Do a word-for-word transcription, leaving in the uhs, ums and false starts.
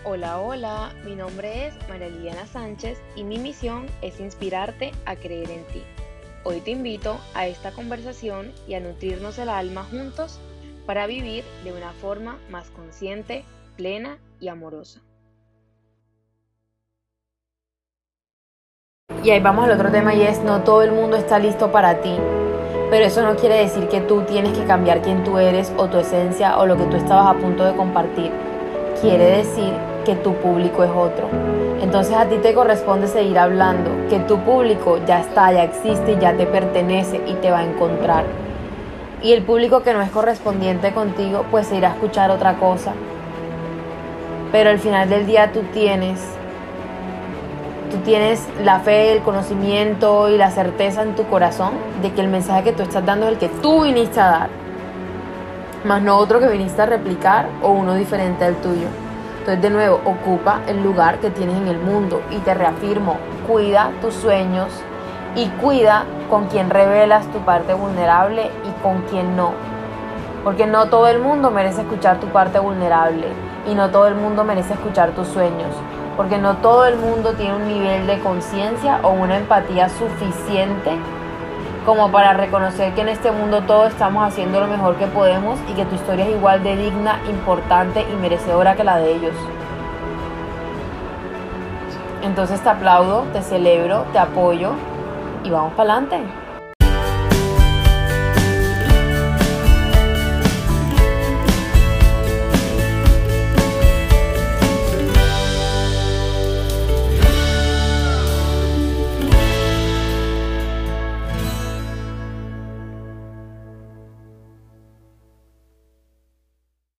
Hola, hola, mi nombre es María Liliana Sánchez y mi misión es inspirarte a creer en ti. Hoy te invito a esta conversación y a nutrirnos el alma juntos para vivir de una forma más consciente, plena y amorosa. Y ahí vamos al otro tema y es, no todo el mundo está listo para ti, pero eso no quiere decir que tú tienes que cambiar quién tú eres o tu esencia o lo que tú estabas a punto de compartir. Quiere decir que tu público es otro. Entonces a ti te corresponde seguir hablando, que tu público ya está, ya existe, ya te pertenece y te va a encontrar. Y el público que no es correspondiente contigo, pues se irá a escuchar otra cosa. Pero al final del día tú tienes Tú tienes la fe, el conocimiento y la certeza en tu corazón de que el mensaje que tú estás dando es el que tú viniste a dar, más no otro que viniste a replicar o uno diferente al tuyo. Entonces, de nuevo, ocupa el lugar que tienes en el mundo y te reafirmo, cuida tus sueños y cuida con quien revelas tu parte vulnerable y con quien no. Porque no todo el mundo merece escuchar tu parte vulnerable y no todo el mundo merece escuchar tus sueños. Porque no todo el mundo tiene un nivel de conciencia o una empatía suficiente como para reconocer que en este mundo todos estamos haciendo lo mejor que podemos y que tu historia es igual de digna, importante y merecedora que la de ellos. Entonces te aplaudo, te celebro, te apoyo y vamos para adelante.